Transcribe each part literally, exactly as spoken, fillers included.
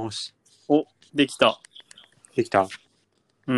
よし。 お、できた。 できた。 うん。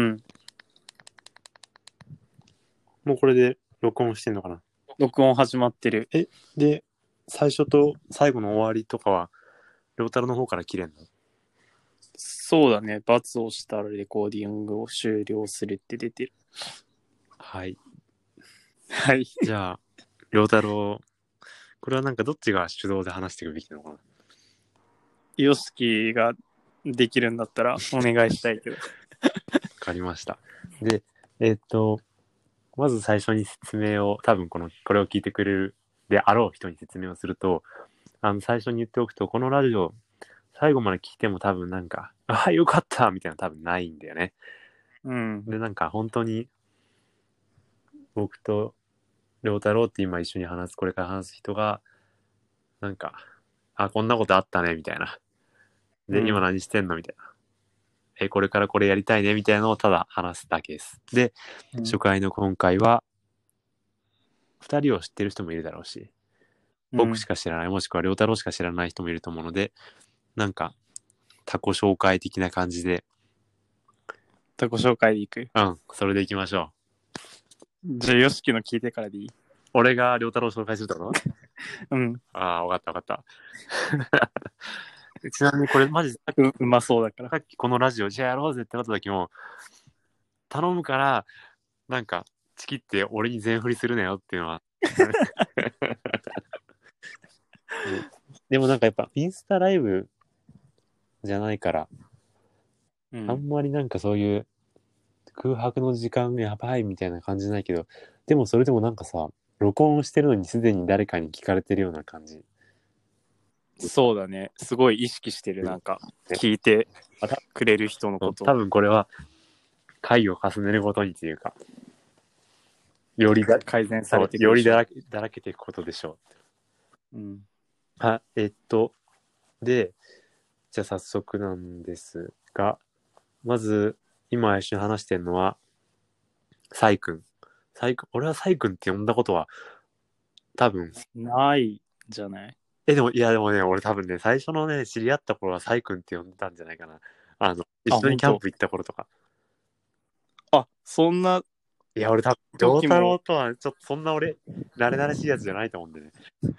もうこれで録音してんのかな。 録音始まってる。 え、で、最初と最後の終わりとかは、りょうたろの方から切れんの？ そうだね。×を押したらレコーディングを終了するって出てる。 はい。 はい。 じゃあ、りょうたろ、これはなんかどっちが主導で話していくべきなのかな。 ヨシキができるんだったらお願いしたいけど。 わかりました。で、えー、っと、まず最初に説明を、多分この、これを聞いてくれるであろう人に説明をすると、あの、最初に言っておくと、このラジオ、最後まで聞いても多分なんか、ああ、よかったみたいな多分ないんだよね。 うん。 で、なんか本当に、僕と良太郎って今一緒に話す、これから話す人が、なんか、あ、こんなことあったね、みたいな。で、 うん、 今何してんのみたいな。え、これからこれやりたいね、みたいなのをただ話すだけです。で、 うん、 初回の今回は、二人を知ってる人もいるだろうし、僕しか知らない、もしくは良太郎しか知らない人もいると思うので、なんか、他己紹介的な感じで、 自己紹介でいく。 うん、それでいきましょう。じゃあ、ヨシキの聞いてからでいい？ 俺が良太郎を紹介するってこと？ うん。 ああ、わかったわかった。ちなみにこれマジさっきう、うまそうだから。 さっきこのラジオじゃあやろうぜってなった時も、頼むから、なんか、チキって俺に全振りするなよっていうのは。でもなんかやっぱインスタライブじゃないから、 うん、 あんまりなんかそういう空白の時間やばいみたいな感じないけど、でもそれでもなんかさ、録音してるのにすでに誰かに聞かれてるような感じ。 そうだね。すごい意識してる。なんか、聞いてくれる人のことを。 多分これは回を重ねるごとにというか、よりだ改善されてくよりるでしょ。 だらけだらけていくことでしょう。うん。 う。あ、えっと、で、じゃあ早速なんですが、まず、今一緒に話してるのは、サイ君。サイ君、俺はサイ君って呼んだことは、多分。 ないじゃない。 え、でも、いやでもね、俺多分ね、最初のね、知り合った頃はサイ君って呼んでたんじゃないかな。あの、一緒にキャンプ行った頃とか。 あ、そんな、 いや、俺多分、良太郎とは、ちょっとそんな俺、慣れ慣れしいやつじゃないと思うんでね。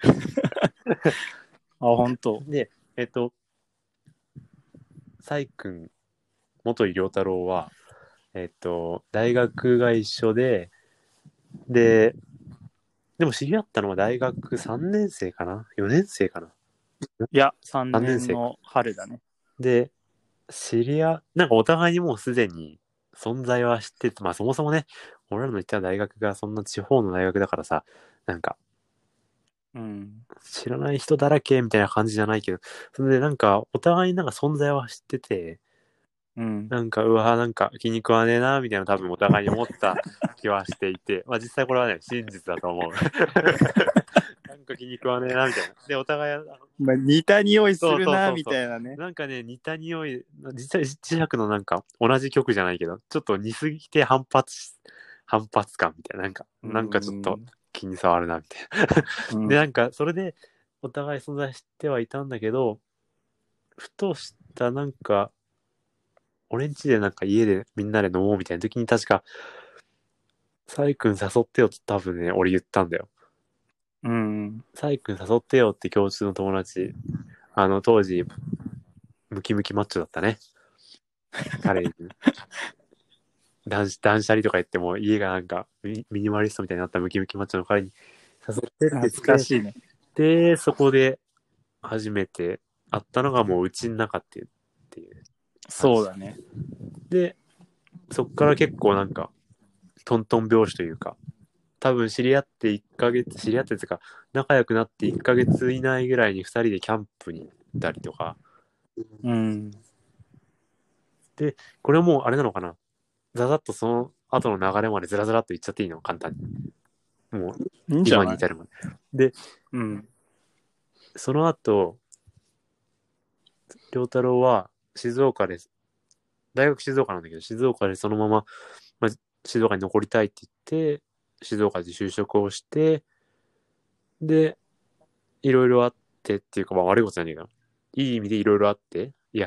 あ、本当。 で、えっと、サイ君、元井良太郎は、えっと、大学が一緒で、で、でも知り合ったのは大学さんねん生かな ?よ 年生かないや、3 ?さん 年年生か。 の春だね。 で、知り合、なんかお互いにもうすでに存在は知ってて、まあそもそもね、俺らの行った大学がそんな地方の大学だからさ、なんか、 うん。 知らない人だらけみたいな感じじゃないけど、それでなんかお互いになんか存在は知ってて、 うん。 なんか、うわ、なんか気に食わねえな、みたいな多分お互いに思った気はしていて、まあ実際これはね、真実だと思う。なんか気に食わねえな、みたいな。で、お互い、 まあ、似た匂いするな、 そうそうそうそうみたいなね。 なんかね、似た匂い、実際、磁石のなんか、同じ曲じゃないけど、ちょっと似すぎて反発し、反発感みたいな、なんか、なんかちょっと気に障るな、みたいな。 うん、 で、なんか、それで、お互い存在してはいたんだけど、ふとしたなんか、俺ん家でなんか家でみんなで飲もうみたいな時に確か、サイ君誘ってよって多分ね、俺言ったんだよ。 うん。 サイ君誘ってよって共通の友達、あの当時、ムキムキマッチョだったね。彼に。断断捨離とか言っても家がなんかミニマリストみたいになったムキムキマッチョの彼に誘ってって言って、 懐かしいね。 で、そこで初めて会ったのがもううちの中っていう。っていうそうだね。 で、そっから結構なんか、トントン拍子というか、多分知り合っていっかげつ、知り合ってというか、仲良くなっていっかげつ以内ぐらいにふたりでキャンプに行ったりとか。 うん。 で、これはもうあれなのかな、ざざっとその後の流れまでずらずらっと言っちゃっていいの簡単に。もう、今に至るまで。で、 うん。 その後、良太郎は静岡です。大学静岡なんだけど、静岡でそのまま、まあ、静岡に残りたいって言って、静岡で就職をして、で、いろいろあってっていうか、まあ悪いことじゃねえかな。いい意味でいろいろあって、いや、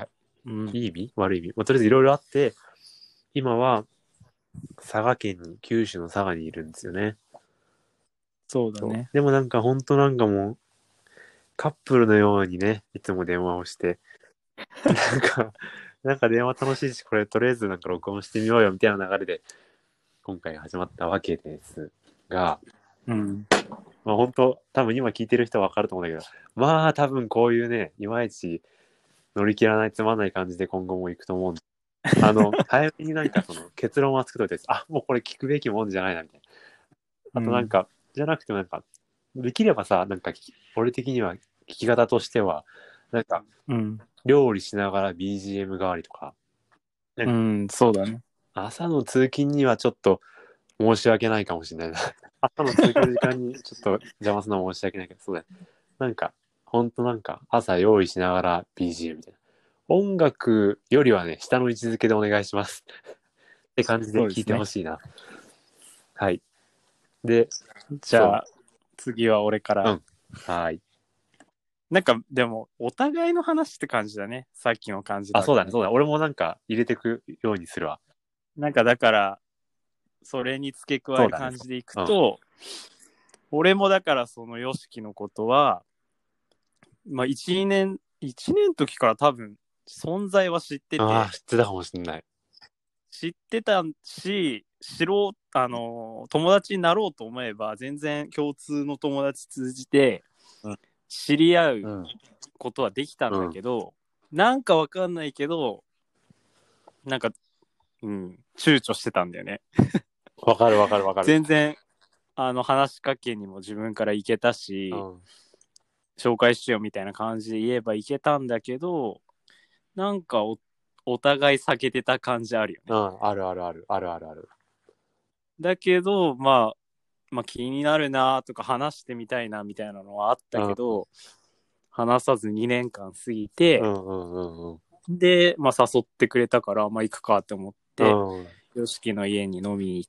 うん、 いい意味悪い意味、まあ、とりあえずいろいろあって、今は佐賀県に、九州の佐賀にいるんですよね。 そうだね。 でもなんかほんとなんかもう、カップルのようにね、いつも電話をして、なんか、なんか電話楽しいし、これとりあえずなんか録音してみようよみたいな流れで、今回始まったわけですが、 うん。 まあ本当、多分今聞いてる人はわかると思うんだけど、まあ多分こういうね、いまいち乗り切らないつまんない感じで今後も行くと思うんで、あの、早めになんかその結論は作っといてです。あ、もうこれ聞くべきもんじゃないなみたいな。あとなんか、うん、じゃなくてもなんか、できればさ、なんか、俺的には聞き方としては、なんか、 うん、 料理しながら ビージーエム 代わりとか、 うん、そうだね。 朝の通勤にはちょっと申し訳ないかもしれないな。朝の通勤の時間にちょっと邪魔するのは申し訳ないけど、そうだよ。なんか、ほんとなんか、朝用意しながら ビージーエム みたいな。音楽よりはね、下の位置づけでお願いします。って感じで聞いてほしいな。ね、はい。で、 じゃあ、次は俺から。 うん。はい。 なんか、でも、お互いの話って感じだね。さっきの感じだ、 ね。あ、そうだね、そうだね。俺もなんか入れてくようにするわ。 なんか、だから、それに付け加える感じでいくと、ね、うん、俺もだから、その ヨシキのことは、まあ、いち、にねん、いちねんの時から多分、存在は知ってて。 ああ、知ってたかもしれない。 知ってたし、知ろう、あの、友達になろうと思えば、全然共通の友達通じて、知り合うことはできたんだけど、うん、なんかわかんないけど、なんか、うん、躊躇してたんだよね。 わかるわかるわかる。 全然、あの、話しかけにも自分から行けたし、うん、紹介しようみたいな感じで言えば行けたんだけど、なんかお、お互い避けてた感じあるよね。 うん、あるあるある、あるあるある。 だけど、まあ、まあ気になるなとか話してみたいなみたいなのはあったけど、うん、話さずにねんかん過ぎて、 うんうんうんうん、 で、まあ誘ってくれたから、まあ行くかって思って、よしきの家に飲みに行って、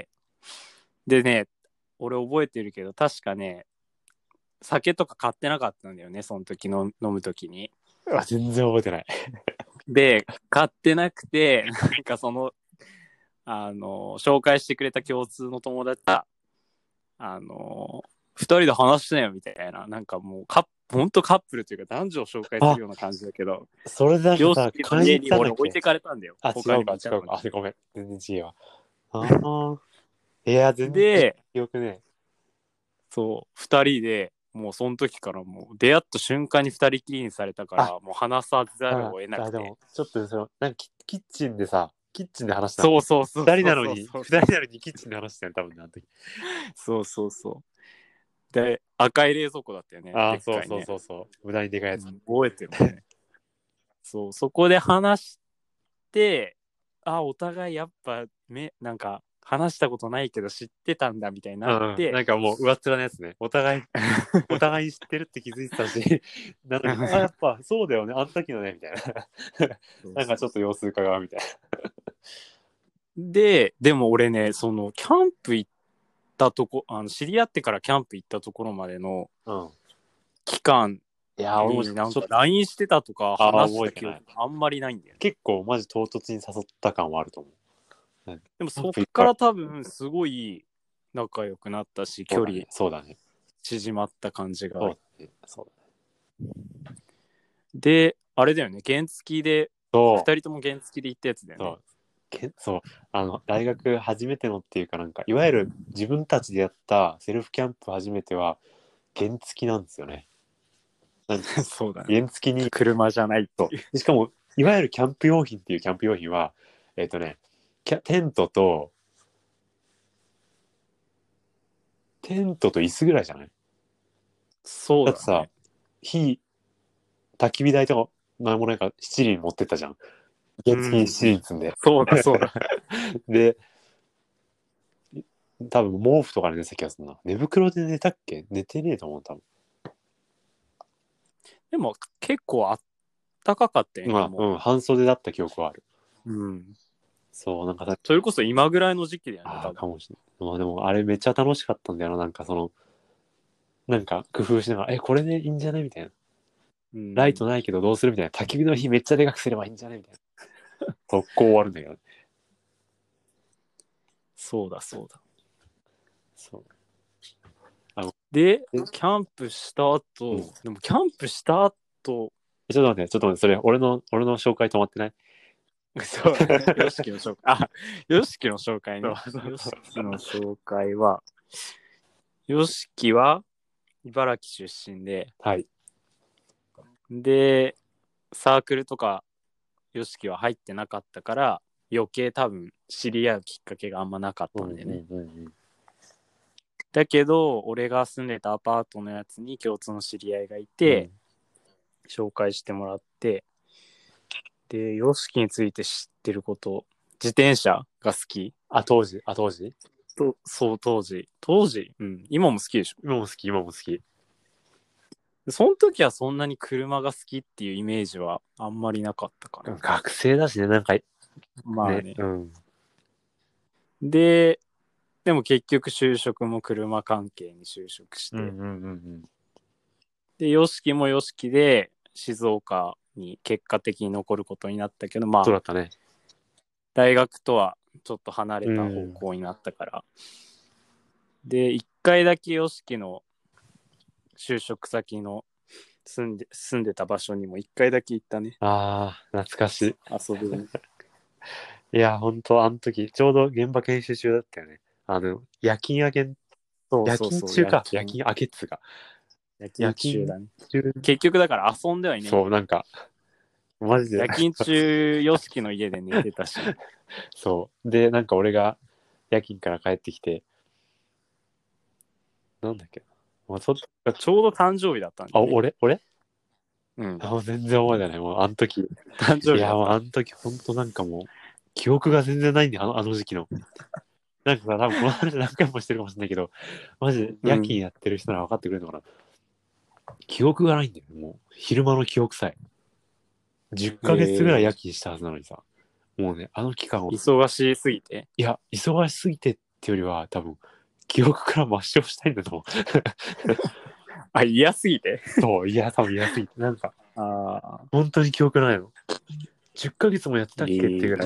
でね、俺覚えてるけど、確かね、酒とか買ってなかったんだよね、その時の飲む時に。 あ、全然覚えてない。 で、買ってなくて、なんかその、あの、紹介してくれた共通の友達が、あの、二人で話してなよみたいな、なんかもうカップ、ほんとカップルというか男女を紹介するような感じだけど、 それだけさ、 家に俺置いてかれたんだよ。 あ、違うか、違うか。あ、ごめん。全然違うわ。ああ。いや、全然記憶ね。 そう、二人で、もうその時からもう出会った瞬間に二人きりにされたから、もう話さざるを得なくて。あ、でも、 ちょっとその、なんかキッチンでさ、キッチンで話したそうそうそう。 二人なのに、二人なのにキッチンで話したよ、多分ね、あの時。 そうそうそう。で、赤い冷蔵庫だったよね。 あ、そうそうそうそう。無駄にでかいやつ。 うん、覚えてるもんね。そう、そこで話して、あ、お互いやっぱ、め、なんか、話したことないけど知ってたんだみたいになって、 うん、なんかもう上っ面のやつね。お互い、お互い知ってるって気づいてたし、なのに、あ、やっぱそうだよね、あの時のね、みたいな。なんかちょっと様子伺うみたいな。 で、でも俺ね、その、キャンプ行ったとこ、あの知り合ってからキャンプ行ったところまでの期間になんか ライン してたとか話した記憶あんまりないんだよね。 結構マジ唐突に誘った感はあると思う。 でもそっから多分すごい仲良くなったし、距離縮まった感じがある。 そうだね。 で、あれだよね、原付でふたりとも原付で行ったやつだよね。 そうそう、あの大学初めてのっていうか、なんかいわゆる自分たちでやったセルフキャンプ初めては原付なんですよね。 そうだね。 原付に車じゃないと。 しかもいわゆるキャンプ用品っていうキャンプ用品はえっ、ー、とねテントとテントと椅子ぐらいじゃない？ そうだね。 だってさ、火焚き火台とか前もなんか七輪持ってったじゃん。原付に七輪積んで、うん、 そうだそうだ。 で多分毛布とかで寝てた気がするな。寝袋で寝たっけ？寝てねえと思う、多分。 でも結構あったかかったよね。 まあ、うん、半袖だった記憶はある。 うん。 そう、なんかさ、 それこそ今ぐらいの時期だよね。 ああ、かもしれない。まあでも、あれめっちゃ楽しかったんだよな。なんかその、なんか工夫しながら、え、これでいいんじゃないみたいな。 うん、 ライトないけどどうするみたいな。焚き火の火めっちゃでかくすればいいんじゃねみたいな。速攻終わるんだけど。 そうだそうだ。 そう。 で、キャンプした後、 うん、 でもキャンプした後、 ちょっと待って、ちょっと待って、それ、俺の、俺の紹介止まってない？ そうだね。ヨシキの紹介。あ、ヨシキの紹介ね。ヨそうシキの紹介は、ヨシキは茨城出身で、 はい。 で、サークルとかヨシキは入ってなかったから、余計多分知り合うきっかけがあんまなかったんでね。 うんうんうんうん、 だけど、俺が住んでたアパートのやつに共通の知り合いがいて、うん、紹介してもらって、で、ヨシキについて知ってること、自転車が好き。 あ、当時あ、当時と、そう、当時。当時うん。今も好きでしょ？ 今も好き、今も好き。 その時はそんなに車が好きっていうイメージはあんまりなかったかな。 学生だしね、なんか、 まあね。 ね、うん。 で、でも結局就職も車関係に就職して。 うんうんうんうん、 で、ヨシキもヨシキで静岡に結果的に残ることになったけど、まあ、 そうだったね。 大学とはちょっと離れた方向になったから。うん、で、一回だけヨシキの就職先の住んで住んでた場所にも一回だけ行ったね。 ああ、懐かしい。 遊びに。 いや、ほんと、あの時、ちょうど現場研修中だったよね。あの、夜勤明け、 そう夜そうそう、 勤中か、夜夜勤勤明けっつうか。 夜勤中だね。 中結局だから遊んではいない。 そう、なんか、マジで。 夜勤中、ヨシキの家で寝てたし。 そう。で、なんか俺が夜勤から帰ってきて、なんだっけな。もうちょっとちょうど誕生日だったんだあ、 よね。 俺俺うん。 あ、もう全然覚えてない。もうあの時。 誕生いや、 日だった。 もうあの時、ほんとなんかもう、記憶が全然ないんだよ、あのあの時期の。なんかさ、多分この話何回もしてるかもしれないけど、マジで夜勤やってる人なら分かってくれるのかな。うん、記憶がないんだよ、もう。昼間の記憶さえ。じゅっかげつぐらい夜勤したはずなのにさ。もうね、あの期間を。 忙しすぎて。 いや、忙しすぎてってよりは、多分、記憶から抹消したいんだと思う。 あ、嫌すぎてそう、いや、多分嫌すぎて。なんか、 あ本当に記憶ないの。じゅっかげつもやってたっけ、 えー、 ってぐらい。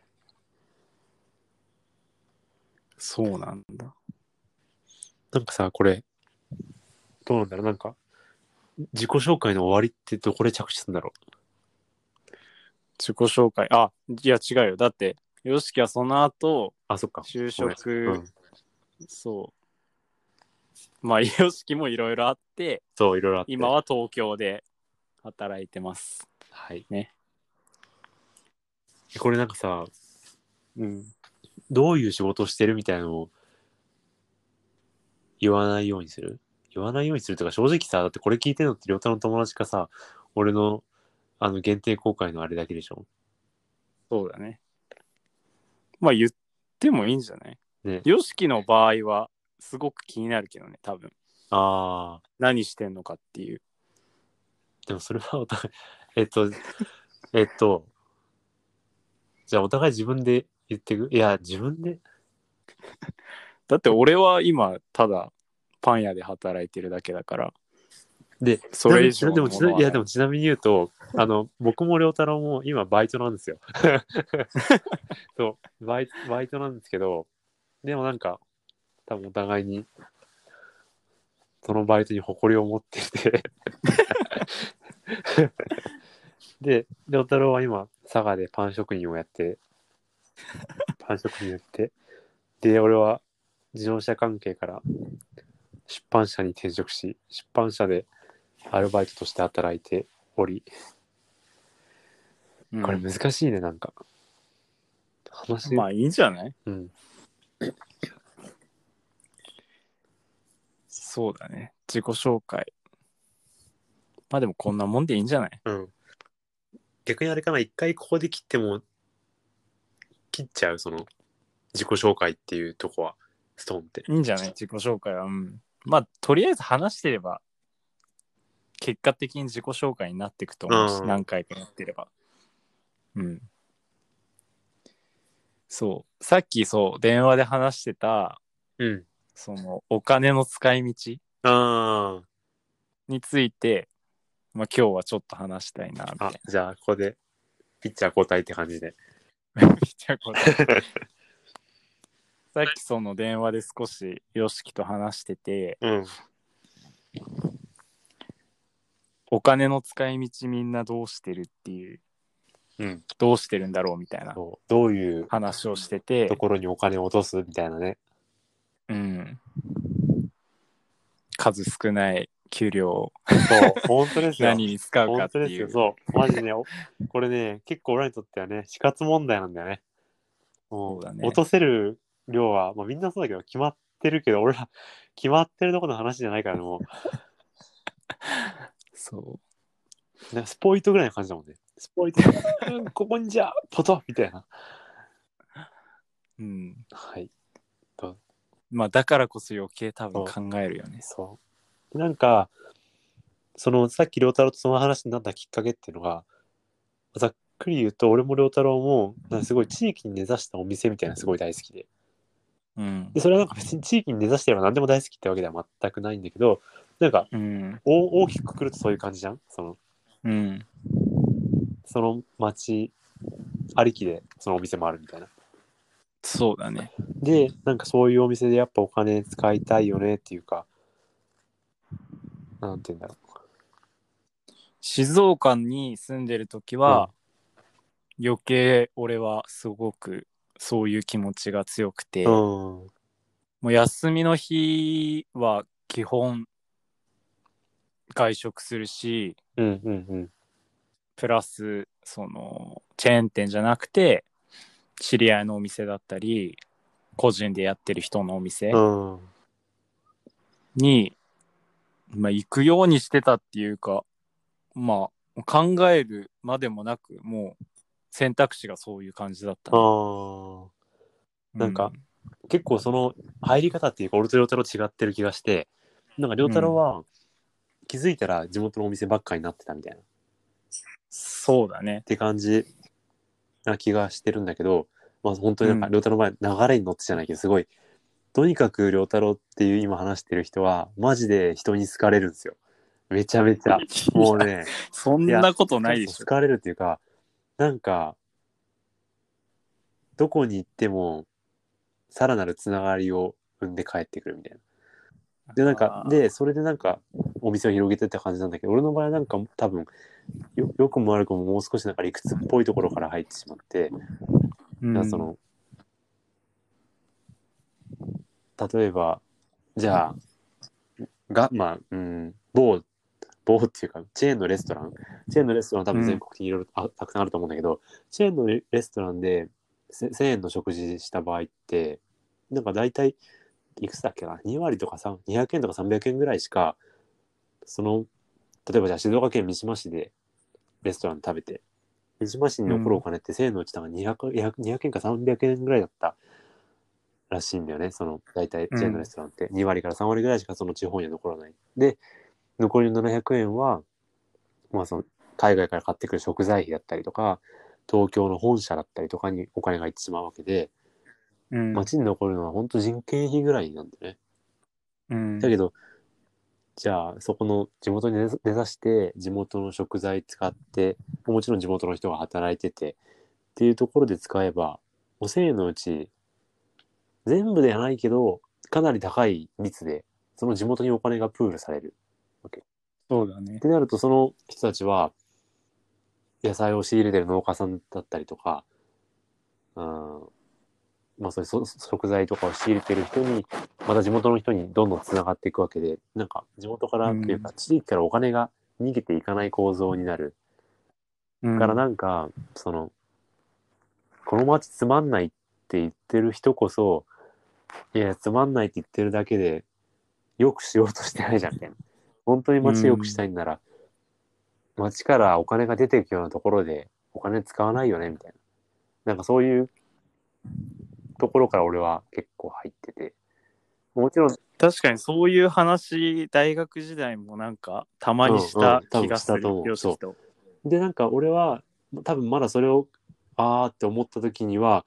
そうなんだ。 なんかさ、これ、どうなんだろう、なんか、自己紹介の終わりってどこで着地するんだろう。 自己紹介。あ、いや違うよ。だって、ヨシキはその後、 あ、そっか。 就職、 うん、 そう。まあ、ヨシキもいろいろあって、 そう、いろいろあって。 今は東京で働いてます。 はい。 ね。 これなんかさ、 うん。 どういう仕事をしてるみたいなのを言わないようにする言わないようにするとか、正直さ、だってこれ聞いてるのってりょうたの友達かさ、俺のあの限定公開のあれだけでしょ。 そうだね。まあ言ってもいいんじゃない？ ね。 ヨシキの場合はすごく気になるけどね、多分。 ああ。 何してんのかっていう。 でもそれはお互い、えっと、えっと、じゃあお互い自分で言ってくいや、自分でだって俺は今ただパン屋で働いてるだけだから。 で、 それ以上でもちなみに、いやでもちなみに言うと、あの、僕も良太郎も今バイトなんですよ。そう、バイ、バイトなんですけど、でもなんか、多分お互いに、そのバイトに誇りを持っててで、良太郎は今、佐賀でパン職人をやって、パン職人やって、で、俺は自動車関係から出版社に転職し、出版社でアルバイトとして働いており、これ難しいね、なんか。話、 まあいいんじゃない？ うん。 そうだね。自己紹介。まあでもこんなもんでいいんじゃない？ うん。逆にあれかな、一回ここで切っても、切っちゃう、その、自己紹介っていうとこは、ストーンって。 いいんじゃない？自己紹介は。うん。まあとりあえず話してれば、結果的に自己紹介になっていくと思うし、 うん、 何回かやってれば。うん。そう。さっきそう、電話で話してた、 うん。 その、お金の使い道ああ。 について、 まあ今日はちょっと話したいなみたいあ、 な。 じゃあここでピッチャー交代って感じで。 ピッチャー交代さっきその電話で少し ヨシキ と話してて、 うん。 お金の使い道みんなどうしてるっていう、 うん。 どうしてるんだろうみたいなそうどういう話をしてて、 ところにお金を落とすみたいなね。 うん、数少ない給料をそう、本当ですよ。 何に使うか本っていう。 当ですよ。そう、マジね、おこれね、結構俺らにとってはね、死活問題なんだよね。もう、 そうだね落とせる量は、まあみんなそうだけど、決まってるけど、俺ら、決まってるところの話じゃないからね、もそう、なんかスポイトぐらいの感じだもんね。スポイト、うん、ここにじゃあ、ポトみたいな。 う。うん。 はい。とまあだからこそ余計多分そ考えるよね。 そう。なんか、その、さっき良太郎とその話になったきっかけっていうのが、ざっくり言うと、俺も良太郎も、なんかすごい地域に根ざしたお店みたいなのすごい大好きで。 うん。 で、それはなんか別に地域に根ざしてれば何でも大好きってわけでは全くないんだけど、なんか、 うん。 お大きくくくるとそういう感じじゃんその、 うん。 その町ありきでそのお店もあるみたいな。 そうだね。 で、なんかそういうお店でやっぱお金使いたいよねっていうか、なんて言うんだろ静岡に住んでる時う。 は、余計俺はすごくそういう気持ちが強くて、 うん。 もう休みの日は基本外食するし、 うんうんうん。 プラスそのチェーン店じゃなくて知り合いのお店だったり個人でやってる人のお店うん。 に、まあ、行くようにしてたっていうか、まあ考えるまでもなくもう選択肢がそういう感じだったね。 ああ。なんか、 うん、 結構その入り方っていうか、俺と良太郎違ってる気がして、なんか良太郎は気づいたら地元のお店ばっかりになってたみたいな。っそうだね。 て感じな気がしてるんだけど、まあ本当になんかうん良太郎の場合流れに乗ってじゃないけど、すごい、とにかく良太郎っていう今話してる人は、マジで人に好かれるんですよ。めちゃめちゃ。もうね、 そいや、 んなことないでしょ。 好かれるっていうか、なんか、どこに行っても、さらなるつながりを生んで帰ってくるみたいな。で、なんか、で、それでなんか、お店を広げてった感じなんだけど、俺の場合はなんか多分、よよくも悪くももう少しなんか理屈っぽいところから入ってしまって、 うん、 その、例えば、じゃあ、が、まあ、うん、某、某っていうか、チェーンのレストラン、チェーンのレストラン多分全国的にいろいろあたくさんあると思うんだけど、チェーンのレレストランでせせんえんの食事した場合って、なんか大体、いくつだっけな、に割とかさん、にひゃくえんとかさんびゃくえんぐらいしか、その、例えばじゃあ静岡県三島市でレストラン食べて、三島市に残るお金ってせんえんのうちだからにひゃく、にひゃく にひゃくえんかさんびゃくえんぐらいだったらしいんだよね。その、大体チェーンのレストランって。に割からさん割ぐらいしかその地方には残らない。で、残りのななひゃくえんは、まあその、海外から買ってくる食材費だったりとか、東京の本社だったりとかにお金がいってしまうわけで、 うん、 街に残るのは本当人件費ぐらいなんだよね。 うん、 だけど、じゃあそこの地元に根ざして地元の食材使ってもちろん地元の人が働いててっていうところで使えばごせんえんのうち全部ではないけどかなり高い率でその地元にお金がプールされるわけ。っそうだね。 てなるとその人たちは野菜を仕入れてる農家さんだったりとか、うん、まあそういう食材とかを仕入れてる人にまた地元の人にどんどんつながっていくわけで、なんか地元からっていうか地域からお金が逃げていかない構造になるうん、 からなんかそのこの街つまんないって言ってる人こそいやつまんないって言ってるだけでよくしようとしてないじゃんみたいな。本当に街よくしたいんなら街からお金が出ていくようなところでお金使わないよねみたいな。なんかそういうところから俺は結構入ってて。もちろん、 確かにそういう話大学時代もなんかたまうにしたんうん、多分気がする。 したと思う。そよしきと。 う。で、なんか俺は、多分まだそれを、あーって思った時には、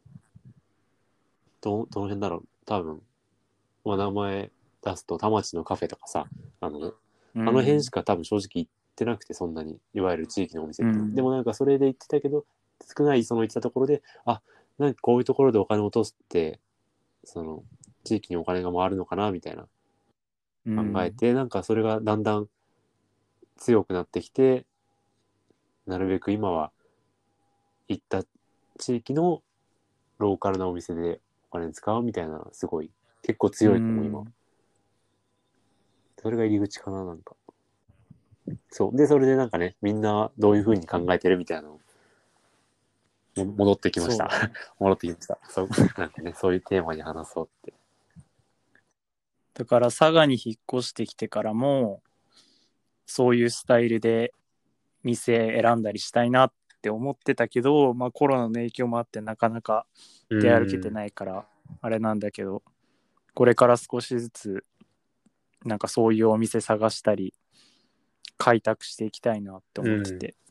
ど、どの辺だろう。多分、まあ、名前出すと、田町のカフェとかさ、あの、 うあの辺しん、 か多分正直行っってなくて、そんなにいわゆる地域のお店って、 うん、 でもなんかそれで行ってたけど、少ないその行ったところで、あ、なんかこういうところでお金を落とすってその地域にお金が回るのかなみたいな考えうん、 て、なんかそれがだんだん強くなってきて、なるべく今は行った地域のローカルなお店でお金使うみたいな、すごい結構う強いかも今。 ん。 それが入り口かな、なんか。そうで、それでなんかね、みんなどういう風に考えてるみたいなのも戻ってきました。 そうだね。 戻ってきました。そうなんかね、そういうテーマに話そうって。 だから佐賀に引っ越してきてからも、そういうスタイルで店選んだりしたいなって思ってたけど、まあコロナの影響もあってなかなか出歩けてないからあれなんだけど、これから少しずつなんかそういうお店探したり開拓していきたいなって思ってて、うん、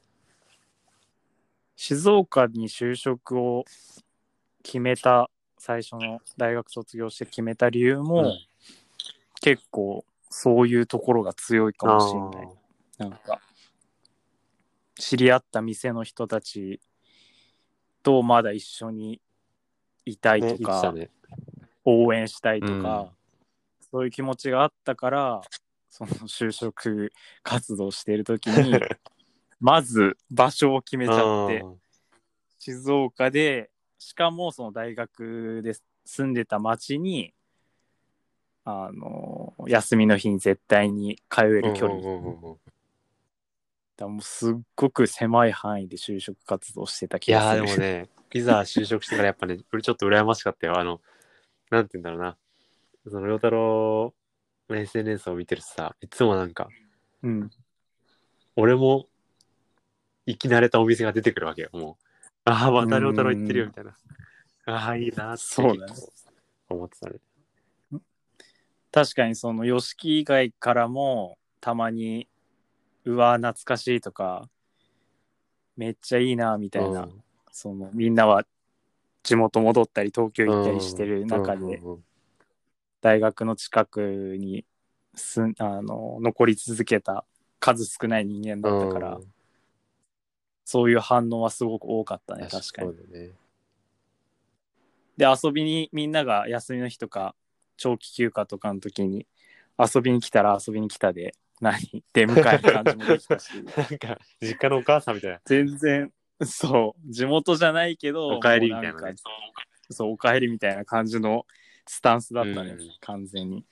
静岡に就職を決めた、最初の大学卒業して決めた理由も、うん、結構そういうところが強いかもしれない。なんか知り合った店の人たちとまだ一緒にいたいとか、ねね、応援したいとか、うん、そういう気持ちがあったから、その就職活動している時にまず場所を決めちゃって静岡で、しかもその大学で住んでた町にあの休みの日に絶対に通える距離、うんうんうんうん、だもうすっごく狭い範囲で就職活動してた気がする。 いやーでもね、いざ就職してからやっぱね、これちょっと羨ましかったよ。あの、なんて言うんだろうな。その、陽太郎の エスエヌエス を見てるとさ、いつもなんか、 うん、 俺も行き慣れたお店が出てくるわけよ、もう。ああ、また陽太郎行ってるよ、みたいな。ああ、いいなって結構思ってたね。 確かにその ヨシキ 以外からもたまにうわ懐かしいとかめっちゃいいなみたいな、うん、そのみんなは地元戻ったり東京行ったりしてる中で、大学の近くにすあの残り続けた数少ない人間だったから、うん、そういう反応はすごく多かったね。確かに。そうだね。で遊びにみんなが休みの日とか長期休暇とかの時に遊びに来たら遊びに来たで何出迎える感じもできたしなんか実家のお母さんみたいな。 全然そう地元じゃないけどお帰りみたいなね。 そうお帰りみたいな感じのスタンスだったね、うん、完全に。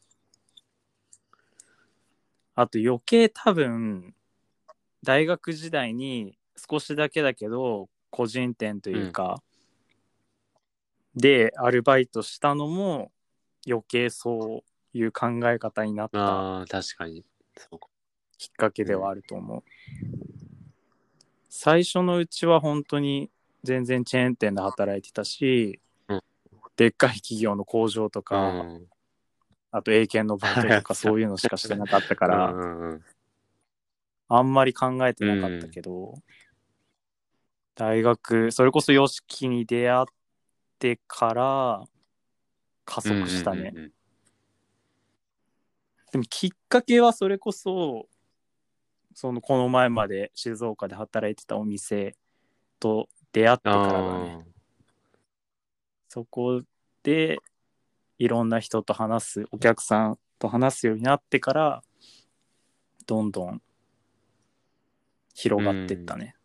あと余計多分大学時代に少しだけだけど個人店というか、うん、でアルバイトしたのも余計そういう考え方になった。 あ、確かにそうかきっかけではあると思う、うん、最初のうちは本当に全然チェーン店で働いてたし、うん、でっかい企業の工場とか、うん、あと英検のバイトとかそういうのしかしてなかったからうん、うん、あんまり考えてなかったけど、うん、大学それこそ ヨシキ に出会ってから加速したね、うんうんうんうん、でもきっかけはそれこそそのこの前まで静岡で働いてたお店と出会ってからだね。そこでいろんな人と話す、お客さんと話すようになってからどんどん広がっていったね。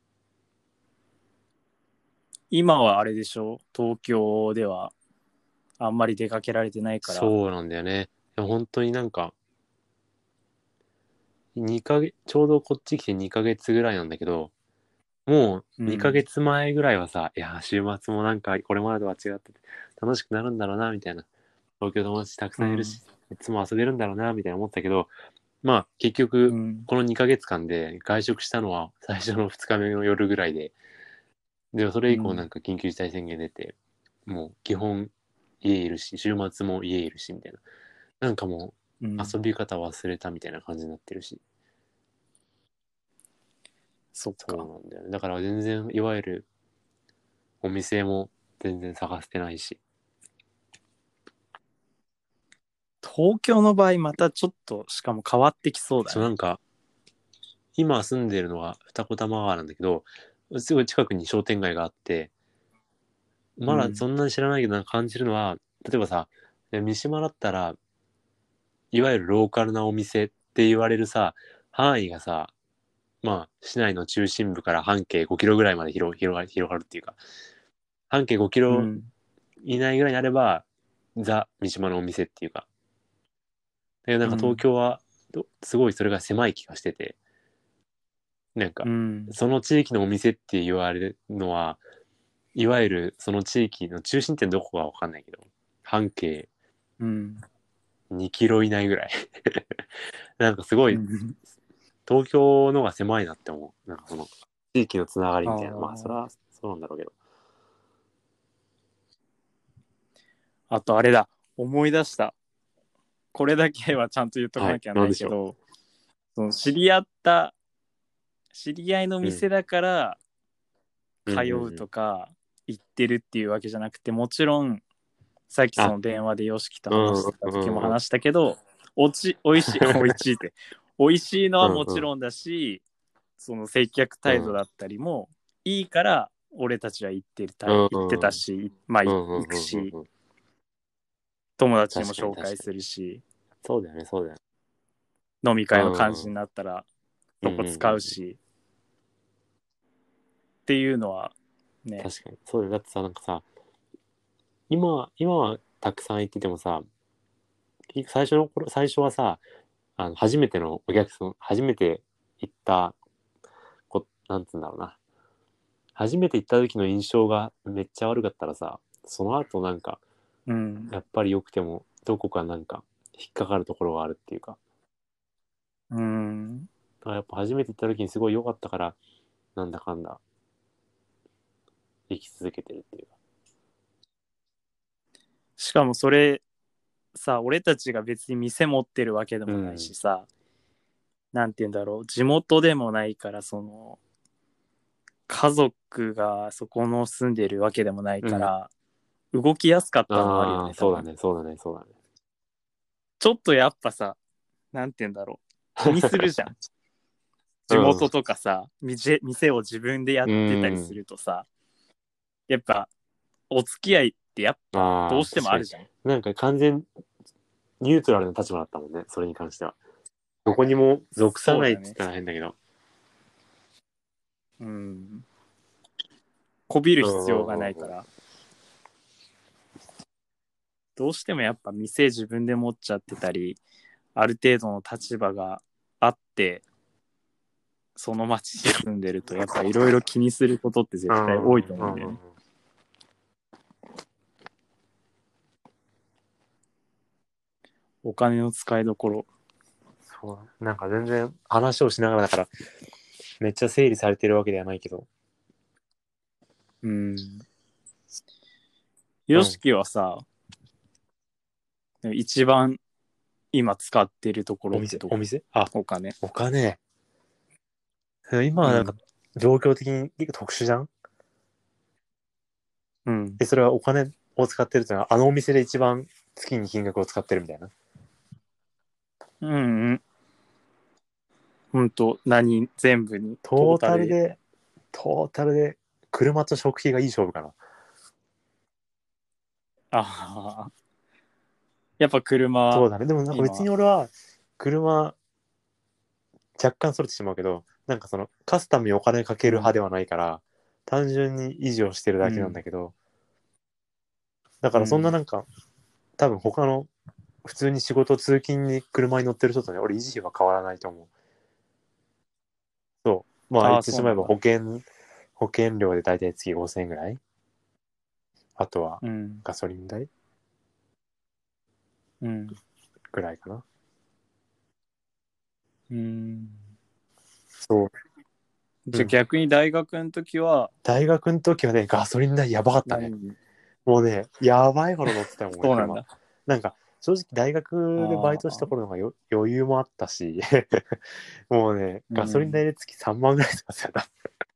今はあれでしょ、東京ではあんまり出かけられてないから。 そうなんだよね。本当になんかにかげつちょうどこっち来てにかげつぐらいなんだけど、もうにかげつまえぐらいはさ、うん、いや週末もなんかこれまでとは違ってて楽しくなるんだろうなみたいな、東京友達たくさんいるし、うん、いつも遊べるんだろうなみたいな思ったけど、まあ結局、うん、このにかげつかんで外食したのは最初のふつかめの夜ぐらいで、でもそれ以降なんか緊急事態宣言出て、うん、もう基本家いるし、週末も家いるしみたいな、なんかもう遊び方忘れたみたいな感じになってるし、 そっか。 そうなんだよね。だから全然いわゆるお店も全然探してないし。 東京の場合またちょっとしかも変わってきそうだね。 そうなんか今住んでるのは二子玉川なんだけど、すごい近くに商店街があって、まだそんなに知らないけど、なんか感じるのは、例えばさ、三島だったら、いわゆるローカルなお店って言われるさ、範囲がさ、まあ、市内の中心部から半径ごキロぐらいまで広広が広がるっていうか、半径ごキロうん。 以内ぐらいになれば、ザ・三島のお店っていうか、だけどなんか東うん。 京は、すごいそれが狭い気がしてて、なんか、 うん。 その地域のお店って言われるのは、いわゆるその地域の中心点どこかわかんないけど、半径うん。 にキロ以内ぐらい。なんかすごい、 うん。 東京のが狭いなって思う。なんかその、地域のつながりあみたいな。まあ、それあ。 はそうなんだろうけど。 あとあれだ。思い出した。これだけはちゃんと言っとかはい。 なきゃなんでしょないけど、その知り合った、知り合いのう。うん。 店だからうんうん通ううん。 とか行ってるっていうわけじゃなくて、もちろんさっきそあ、 の電話で ヨシキとうんうん話してた時もうんうん。 話したけど、おち、おいしい、おいしいって、おいしいのはうんうん。 もちろんだし、その接客うん。 態度だったりもいいから、俺たちは行ってるた、 うん行ってうん。 たし、まあいうんうん行くし、 うんうん。 友達にも確かに紹介確かに。 するし、 そうだよね、そうだよね。 飲み会の感じにうん。 なったらうんうんそこうんうん。 使うしっていうのはね。 確かに。そうだよ。だってさ、なんかさ、今、今はたくさん行っててもさ、最初の頃、最初はさ、あの、初めてのお客さん、初めて行ったこ、なんつうんだろうな。初めて行った時の印象がめっちゃ悪かったらさ、その後なんか、 うん。 やっぱり良くても、どこかなんか、引っかかるところがあるっていうか、 うん。 だからやっぱ初めて行った時にすごい良かったから、なんだかんだ、生き続けてるっていうか。 しかもそれさ、俺たちが別に店持ってるわけでもないうん。 しさ、なんて言うんだろう、地元でもないから、その、家族がそこの住んでるわけでもないうん。 から、動きやすかったのはあるよああ、 ね、多分。 そうだね、そうだね、そうだね。 ちょっとやっぱさ、なんて言うんだろう、気にするじゃん。 うん。 地元とかさ、店店を自分でやうってたりすん。 るとさ、やっぱ、お付き合いってやっぱどああ、 うして確かに。 もあるじゃん。 なんか完全ニュートラルな立場だったもんね、それに関しては。どこにも属さそうだね。 ないって言ったら変だけど。 うん。こびるうん必要がないうんうんうん。 から、どうしてもやっぱ店自分で持っちゃってたり、ある程度の立場があって、その町に住んでると、やっぱいろいろ気にすることって絶対多いとうんうんうん。 思うんだよね。お金の使いどころ。 そう、なんか全然話をしながらだから、めっちゃ整理されてるわけではないけど。 うん。 うん。 よしきはさ、一番今使ってるところお店、 ってどこ？ お店あ、 お金。 お金。今はなんかうん。 状況的に結構特殊じゃん。 うん。 で、それはお金を使ってるっていうのは、あのお店で一番月に金額を使ってるみたいな。 うん、うん。ほんと、何、全部に、トートータルで。 タルで、トータルで、車と食費がいい勝負かな。 ああ。やっぱ車、 そうだね。でもなんか別今。 に俺は、車、若干それてしまうけど、なんかその、カスタムにお金かけるうん。 派ではないから、単純に維持をしてるだけなんうん。 だけど、だからそんなうん。 なんか、多分他の、普通に仕事通勤に車に乗ってる人とね、俺維持費は変わらないと思う。そう。まあああ、 言ってしまえばそうなんだ。 保険、保険料で大体月ごせんえんぐらい。あとはうん。 ガソリン代うん。 ぐらいかな。 うん。 そう。うじゃあん。 逆に大学の時は大学の時はね、ガソリン代やばかったね。 何に？ もうね、やばいほど乗ってたもん、俺車。 そうなんだ。 なんか、正直大学でバイトしたああ。 頃の方がよ余裕もあったし、もうね、ガソリン代うん。 で月さんまんぐらい使ってた。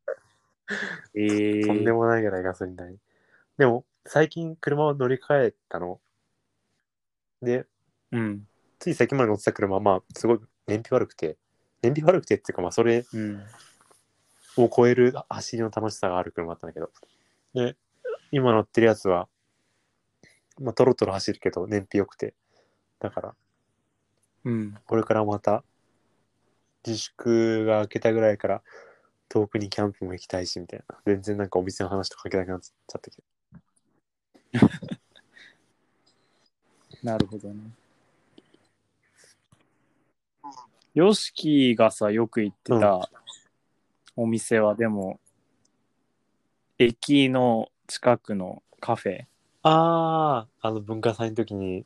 とんでええ。 もないぐらいガソリン代。でも、最近車を乗り換えたの。で、 うん。 つい最近まで乗ってた車は、まあ、すごい燃費悪くて、 燃費悪くてっていうか、まあそれうん。 を超える走りの楽しさがある車だったんだけど、で、今乗ってるやつは、まあトロトロ走るけど燃費良くて、だから、 うん。 これからまた自粛が明けたぐらいから遠くにキャンプも行きたいしみたいな。全然なんかお店の話とかけなくなっちゃったけど。 なるほどね。ヨシキがさ、よく行ってたお店は、でも、駅の近くのカフェ。 ああ、あの文化祭の時に、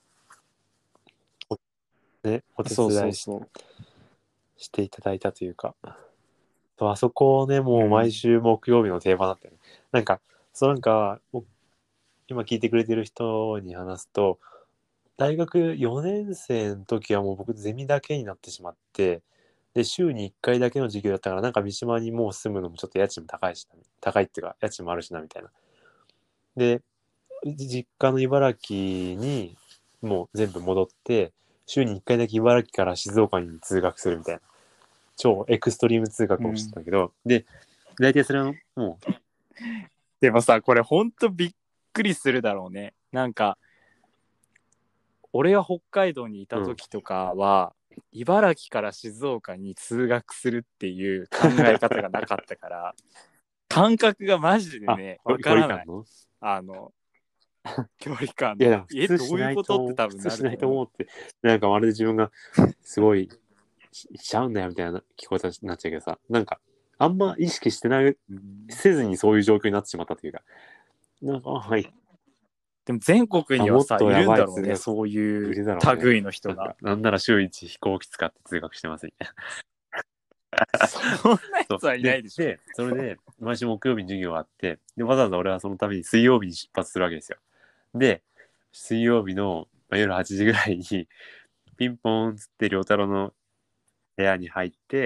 ね、お手そうそ伝いしうそう。 していただいたというか、そうあそこね、もう毎うん週木曜日の定番だったよね。なんか、そうなんか、お今聞いてくれてる人に話すと、大学よねん生の時はもう僕ゼミだけになってしまって、で、週にいっかいだけの授業だったから、なんか三島にもう住むのもちょっと家賃も高いしな、高いっていうか、家賃もあるしな、みたいな。で、実家の茨城にもう全部戻って、週にいっかいだけ茨城から静岡に通学するみたいな、超エクストリーム通学をしてたんだけど、うん、で、大体それはもう。 でもさ、これほんとびっくりするだろうね。なんか、俺が北海道にいた時とかは、うん、茨城から静岡に通学するっていう考え方がなかったから、感覚がマジでね、わからない。あの、距離感の。 いや、 え、どういうことって多分普通しないなると思う。 と思って、なんかまるで自分がすごいしちゃうんだよみたいな聞こえ方になっちゃうけどさ、なんかあんま意識してない、せずにそういう状況になってしまったというか、なんか、はい。 でも全国にはさ、いるんだろうね、そういう類の人が。 なんかなんなら週一飛行機使って通学してますみたいな。そんなやつはいないでしょ。 で、それで、毎週木曜日に授業があって、で、わざわざ俺はそのために水曜日に出発するわけですよ。で、水曜日の、まあ、夜はちじぐらいに、ピンポーンつって良太郎の部屋に入って、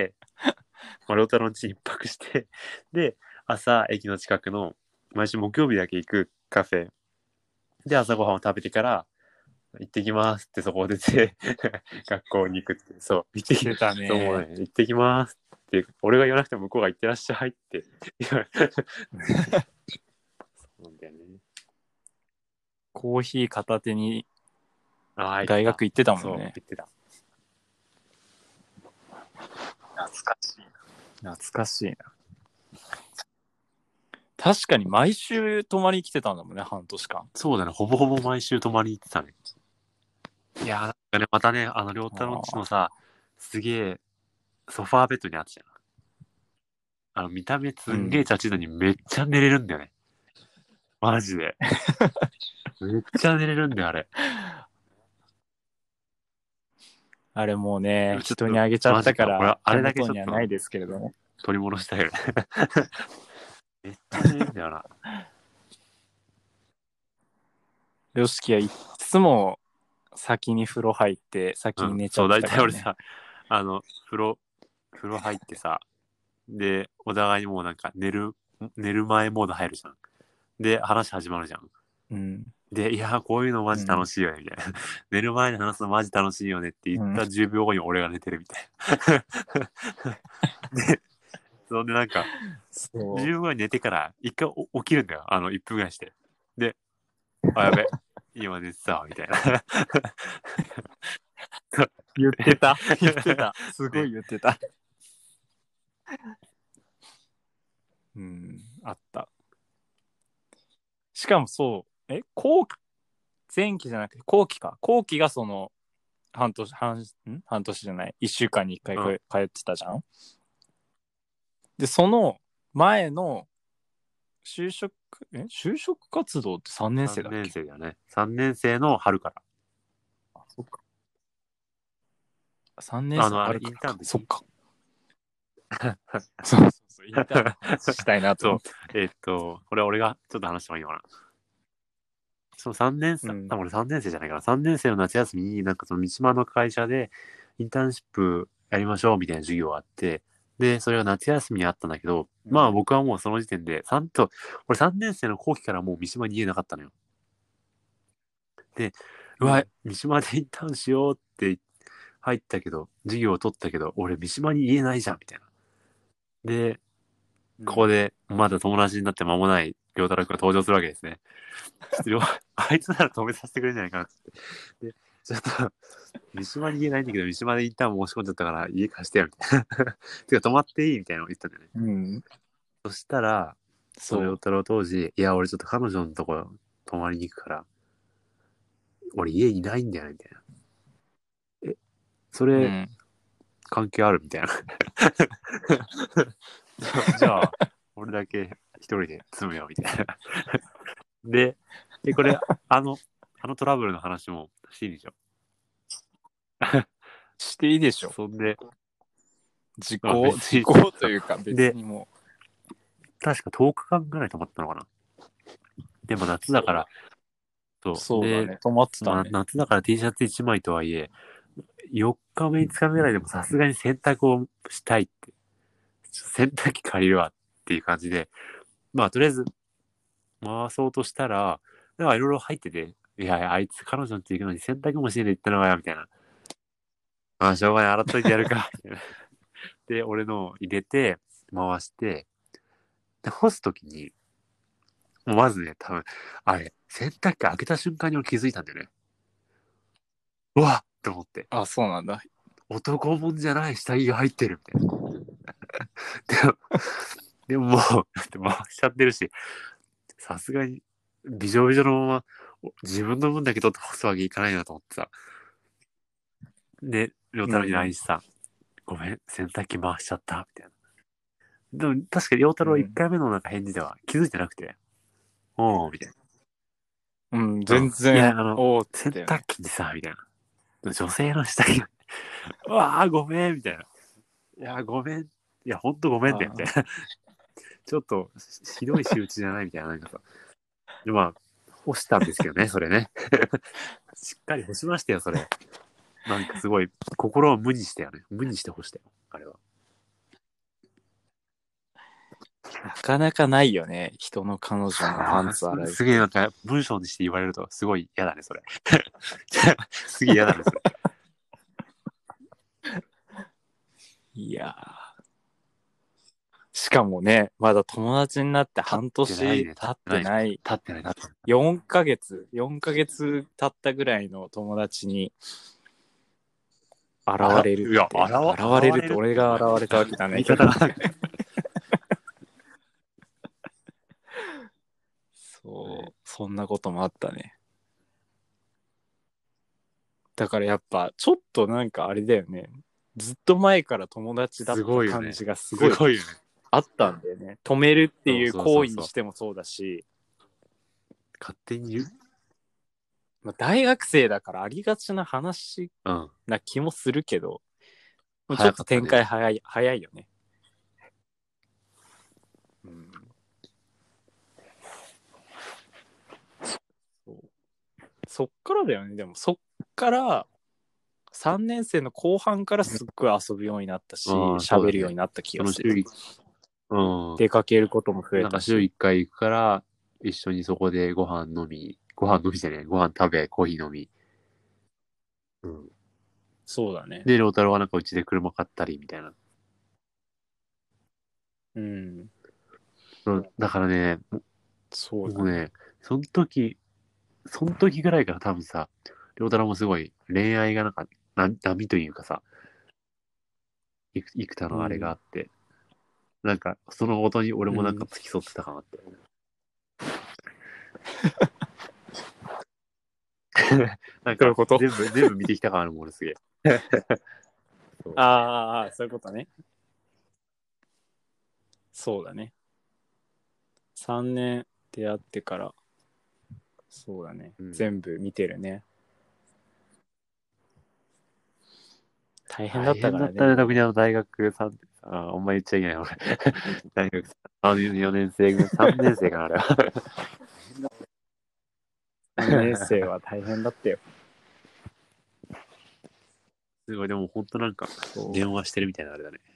まあ、良太郎の家に一泊して、で、朝、駅の近くの、毎週木曜日だけ行くカフェで朝ごはんを食べてから行ってきますってそこを出て学校に行くってそう行ってきたね。そうもうね行ってきますって俺が言わなくても向こうが行ってらっしゃいってそうなんだよね。 コーヒー片手に大学行ってたもんね。 行ってた。 懐かしいな。懐かしいな。確かに毎週泊まりに来てたんだもんね、半年間。 そうだね、ほぼほぼ毎週泊まりに行ってたね。いやー、なんかね、またね、あの、良太郎んちのさ、すげえ、ソファーベッドにあったじゃん。あの、見た目すんげえチャチーのにめっちゃ寝れるんだよね。うん、マジで。めっちゃ寝れるんだよ、あれ。 あれもうね、人にあげちゃったから、 あれだけ手元にはないですけれども。 取り戻したいよね。めっちゃ寝れるんだよな。 よしきはいつも先に風呂入って先に寝ちゃってたから、ね。うん、そう、大体俺さ、あの、風呂、風呂入ってさ、で、お互いにもうなんか寝る、寝る前モード入るじゃん。で、話始まるじゃん。 うん。 で、いや、こういうのマジ楽しいよね、みたいな。うん、寝る前に話すのマジ楽しいよねって言ったじゅうびょうごに俺が寝てるみたいな。で、そんでなんか、じゅうびょうごに寝てから一回起きるんだよ。あの、いっぷんぐらいして。で、あ、やべ、今寝てたみたいな。 言ってた言ってた。すごい言ってた。うん、あった。しかもそう、え、後期、前期じゃなくて後期か。後期がその、半年、半、ん半年じゃない、いっしゅうかんにいっかい、うん、通ってたじゃん。で、その前の就職、え就職活動ってさんねん生だっけ？ さん 年生だよね。さんねん生の春から。 あ、そっか。さんねん生の春からか。そっか。そうそうそう、インターンの話したいなと思って。 えー、っと、これは俺がちょっと話してもいいのかな。そのさんねん生、うん、多分俺さんねん生じゃないから、さんねん生の夏休みになんかその三島の会社でインターンシップやりましょうみたいな授業があって、で、それが夏休みにあったんだけど、うん、まあ僕はもうその時点で、さんと、俺さんねん生の後期からもう三島に家なかったのよ。で、うわ、三島でインターンしようって入ったけど、授業を取ったけど、俺三島に言えないじゃん、みたいな。で、ここでまだ友達になって間もない良太郎くんが登場するわけですね。ちょっとあいつなら止めさせてくれんじゃないかなって。で、ちょっと、三島に言えないんだけど、三島でインターン申し込んじゃったから家貸してよ、みたいな。てか泊まっていいみたいなのを言ったんだよね。 うん。 そしたら、その良太郎当時、いや、俺ちょっと彼女のとこ泊まりに行くから、俺家いないんだよね、みたいな。え、それ、 うん。 関係あるみたいな。じゃあ、俺だけ一人で住むよ、みたいな。で、で、これ、あの、あのトラブルの話もしていいでしょ。 していいでしょ。 そんで、 時まあ効、 別に時効というか別でにも確かとおかかんぐらい泊まったのかな。でも夏だから、 う。 そう。で、 そうだね。止まってたまあ、 ね。 夏だから T シャツいちまいとはいえ、よっかめ、いつかめぐらいでもさすがに洗濯をしたいって、洗濯機借りるわっていう感じで、まあとりあえず回そうとしたら、なんかいろいろ入ってて、いやいや、あいつ彼女の家行くのに洗濯もしねえで行ったのかよ、みたいな。まあしょうがない、洗っといてやるか、みたいな。で、俺の入れて、回して、で、干すときに、もうまずね、多分、あれ、洗濯機開けた瞬間に俺気づいたんだよね。うわっと思って。 あ、そうなんだ。 男物じゃない下着が入ってるみたいな。でも、でももう、だって回しちゃってるし、さすがに、びじょびじょのまま、自分の分だけ取って干すわけいかないなと思ってさ。で、りょうたろに ライン した。ごめん、洗濯機回しちゃった、みたいな。でも、確かにりょうたろはいっかいめのなんか返事では気づいてなくて、おー、みたいうん、 な。う全ん。いや、 然、 あの、 おーっつっ洗たよね。 濯機にさ、みたいな。女性の下着が、うわー、ごめん、みたいな。いや、ごめん。いや、ほんとごめんね、みたいな。ちょっと、ひどい仕打ちじゃないみたいな、なんかさ。でまあ、干したんですけどね、それね。しっかり干しましたよ、それ。なんかすごい、心を無にしたよね。無にして干したよ、あれは。 なかなかないよね。人の彼女のパンツ洗う。 すげえなんか、文章にして言われると、すごい嫌だね、それ。すげえ嫌だね、それ。 いやー。しかもね、まだ友達になって半年経ってない。 立ってない、立ってない。 よんかげつ、よんかげつ経ったぐらいの友達に現れるって。 いや、 現れるって俺が現れたわけじゃないけど。そう、そんなこともあったね。だからやっぱちょっとなんかあれだよね。ずっと前から友達だった感じがすごいすごいよね。 あったんだよね。止めるっていうそうそうそうそう行為にしてもそうだし、 勝手に言う。 まあ、大学生だからありがちな話うん。 な気もするけど、ちょっと展開早い、早いよね。うん、そうそっからだよね。でもそっからさんねん生の後半からすっごい遊ぶようになったし、喋、ね、るようになった気がする。 うん。 出かけることも増えたし。 なんか週いっかい行くから、一緒にそこでご飯飲み、ご飯飲みじゃねえ、ご飯食べ、コーヒー飲み。うん。 そうだね。 で、良太郎はなんかうちで車買ったりみたいな。 うん。 うん、だからね、 そうだね。 もうね、その時、その時ぐらいから多分さ、良太郎もすごい恋愛がなんか、な波というかさ、幾多のあれがあって、うん、なんか、その音に俺もなんか付き添ってたかなって。うん、なんか、全部、全部見てきた感あるもん、俺すげえ。 ああ、そういうことね。そうだね。さんねん出会ってから、そうだね。うん、全部見てるね。大変だったからね。 大変だったね、特にあの大学さん、あ、あんま言っちゃいけない俺。大学さん、よねん生、さんねん生かな、あれは。 さんねん生は大変だったよ。 すごい、でも本当なんか、電話してるみたいなあれだね。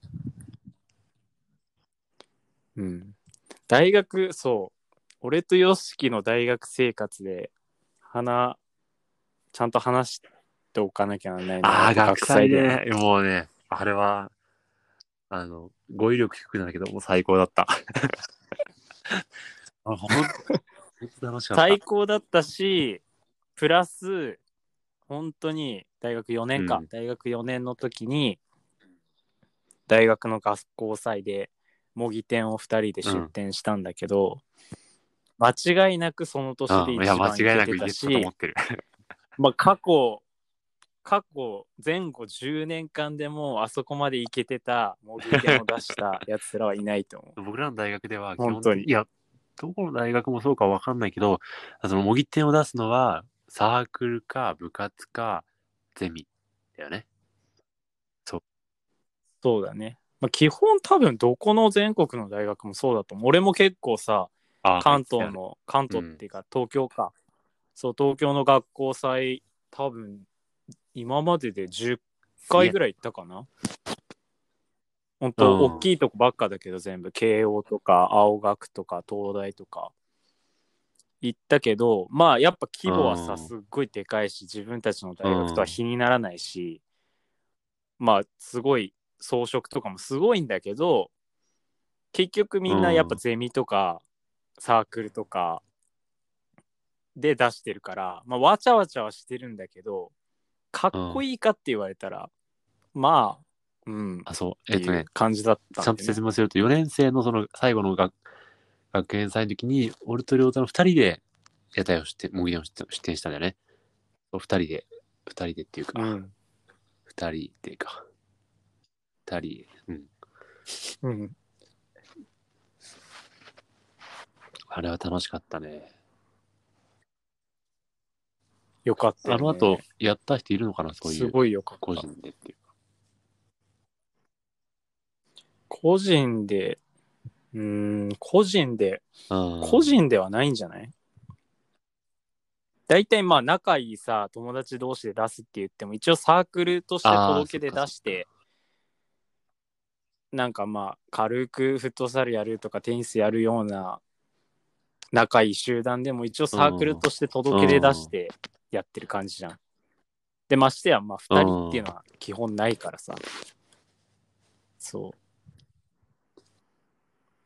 うん。大学、そう。俺とヨシキの大学生活で、花、ちゃんと話しっておかなきゃならないのああ、 は学祭だよね。 ね。もうね、あれは、あの、語彙力低くなるけど、もう最高だった。あ、ほんと楽しかった。 最高だったし、プラス、本当に大学よねんか、 うん、 大学よねんの時に、大学の学校祭で模擬店をふたりで出店したんだけど、うん、間違いなくその年でうん、いや、 一番いけ間違いなくてたし、 言えてたと思ってる。 まあ過去、過去前後じゅうねんかんでもあそこまでいけてた模擬店を出したやつらはいないと思う。 僕らの大学では基本的に、 本当に。 いや、どこの大学もそうかわかんないけど、その模擬店を出すのはサークルか部活かゼミだよね。そう。 そうだね。まあ、基本多分どこの全国の大学もそうだと思う。俺も結構さ、 あ、 関東の、関東っていうか東京か。そう、東京の学校祭、多分今まででじゅっかいぐらい行ったかな。本当、 うん、 大きいとこばっかだけど全部、慶応とか青学とか東大とか行ったけど、まあやっぱ規模はさ、すっごいでかいし、自分たちの大学とは比にならないし、まあすごい装飾とかもすごいんだけど、結局みんなやっぱゼミとかサークルとかで出してるから、まあわちゃわちゃはしてるんだけど、かっこいいかって言われたら、まあ、うん、 あ、そう、 っていうえっとね、 感じだったんちゃんとでね。 説明すると、よねん生のその最後の学学園祭の時に、俺と亮太のふたりで屋台をして、模擬店を出店したんだよね。ふたりで、ふたりでっていうか、 うん。 ふたりでか、ふたり、うん。 うん。 あれは楽しかったね。 よかったよね。 あの後、やった人いるのかな、そういう。 すごいよかった。 個人でっていうか。 個人で、うーん、個人で、個人ではないんじゃない？大体まあ仲いいさ、友達同士で出すって言っても、一応サークルとして届けで出して、なんかまあ軽くフットサルやるとかテニスやるような仲いい集団でも一応サークルとして届けで出してやってる感じじゃん。で、ましてやまあふたりっていうのは基本ないからさ。そう。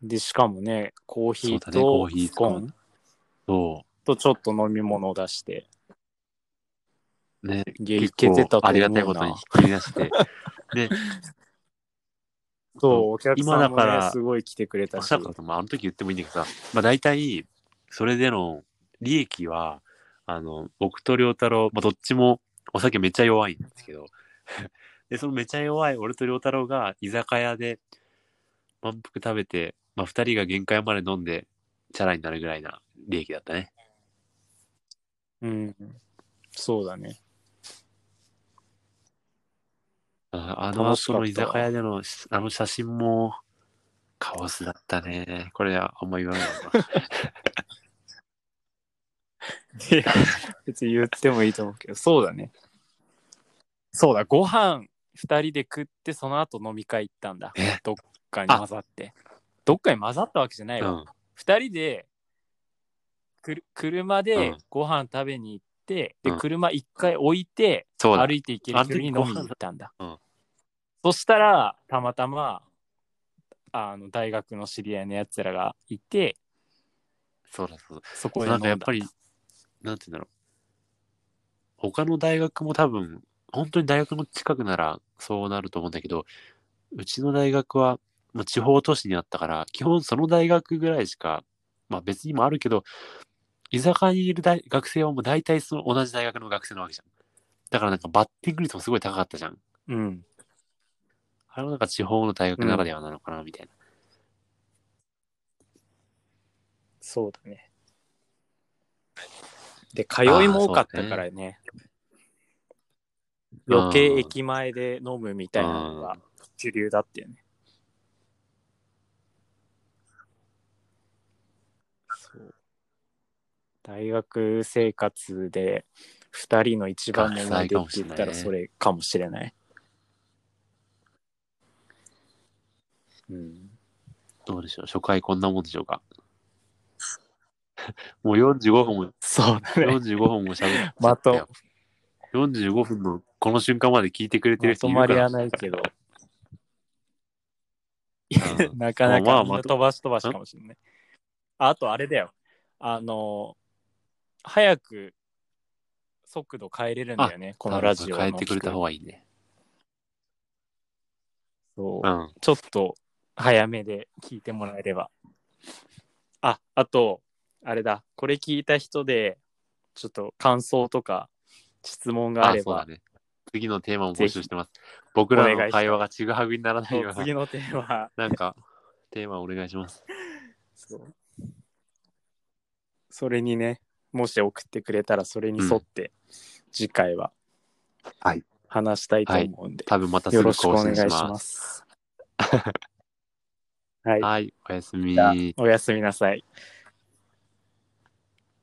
で、しかもね、コーヒーとスコーンとちょっと飲み物を出して。 ね、 結構ありがたいことにひっきり出して。で、 そう、お客さんもね、すごい来てくれたし。 まさか、まあ、あの時言ってもいいんだけどさ、まあ大体、それでの利益は、あの、僕と良太郎、まあどっちもお酒めっちゃ弱いんですけど、で、そのめちゃ弱い俺と良太郎が居酒屋で満腹食べて、まあ二人が限界まで飲んで、チャラになるぐらいな利益だったね。 うん、そうだね。 あ, あの後の居酒屋でのあの写真もカオスだったね。これはあんま言わないのか。 いや、別に言ってもいいと思うけど、そうだね。そうだ、ご飯ふたりで食って、その後飲み会行ったんだ。どっかに混ざって。どっかに混ざったわけじゃないわ。うん、ふたりでく車でご飯食べに行って、うん、で、車一回置いて、歩いて行ける距離に飲みに行ったんだ。うん、そしたら、たまたま、あの、大学の知り合いのやつらがいて、 そうだそうだ。 そこで飲んだ。 なんかやっぱり、なんて言うんだろう。他の大学も多分、本当に大学の近くならそうなると思うんだけど、うちの大学は、まあ、地方都市にあったから、基本その大学ぐらいしか、まあ別にもあるけど、居酒屋にいる大学生はもう大体その同じ大学の学生なわけじゃん。だからなんかバッティング率もすごい高かったじゃん。 うん。 あれはなんか地方の大学ならではなのかな、みたいな、うん。 そうだね。で、通いも多かったからね。ね余計駅前で飲むみたいなのが主流だったよね。そう大学生活でふたりの一番の思い出って言ったらそれかもしれない。うん、 どうでしょう、初回こんなもんでしょうか。もうよんじゅうごふんも、 そうだね。 よんじゅうごふんも喋っちゃまったよ。 よんじゅうごふんのこの瞬間まで聞いてくれてるまと人いるかな。 まりはないけど、 うんなかなまあまあかみんな飛ばし飛ばしかもしれない。ああとあれだよ。あの、早く速度変えれるんだよね、このラジオの。 変えてくれた方がいいね。 そう、 うん。 ちょっと早めで聞いてもらえれば。あ、あと、あれだ、これ聞いた人で、ちょっと感想とか質問がああ、 れば、 そうだね。次のテーマも募ぜひ集してます。僕らの会話がちぐはぐにならないような、 次のテーマ、 なんか、テーマお願いします。 そうそれにね、もし送ってくれたらそれに沿って次回ははい。 話したいと思うんで、 多分またすよろしくおぐ更新願いしまします。 す。はい。 はい。おやすじゃあみ。 おやすみなさい。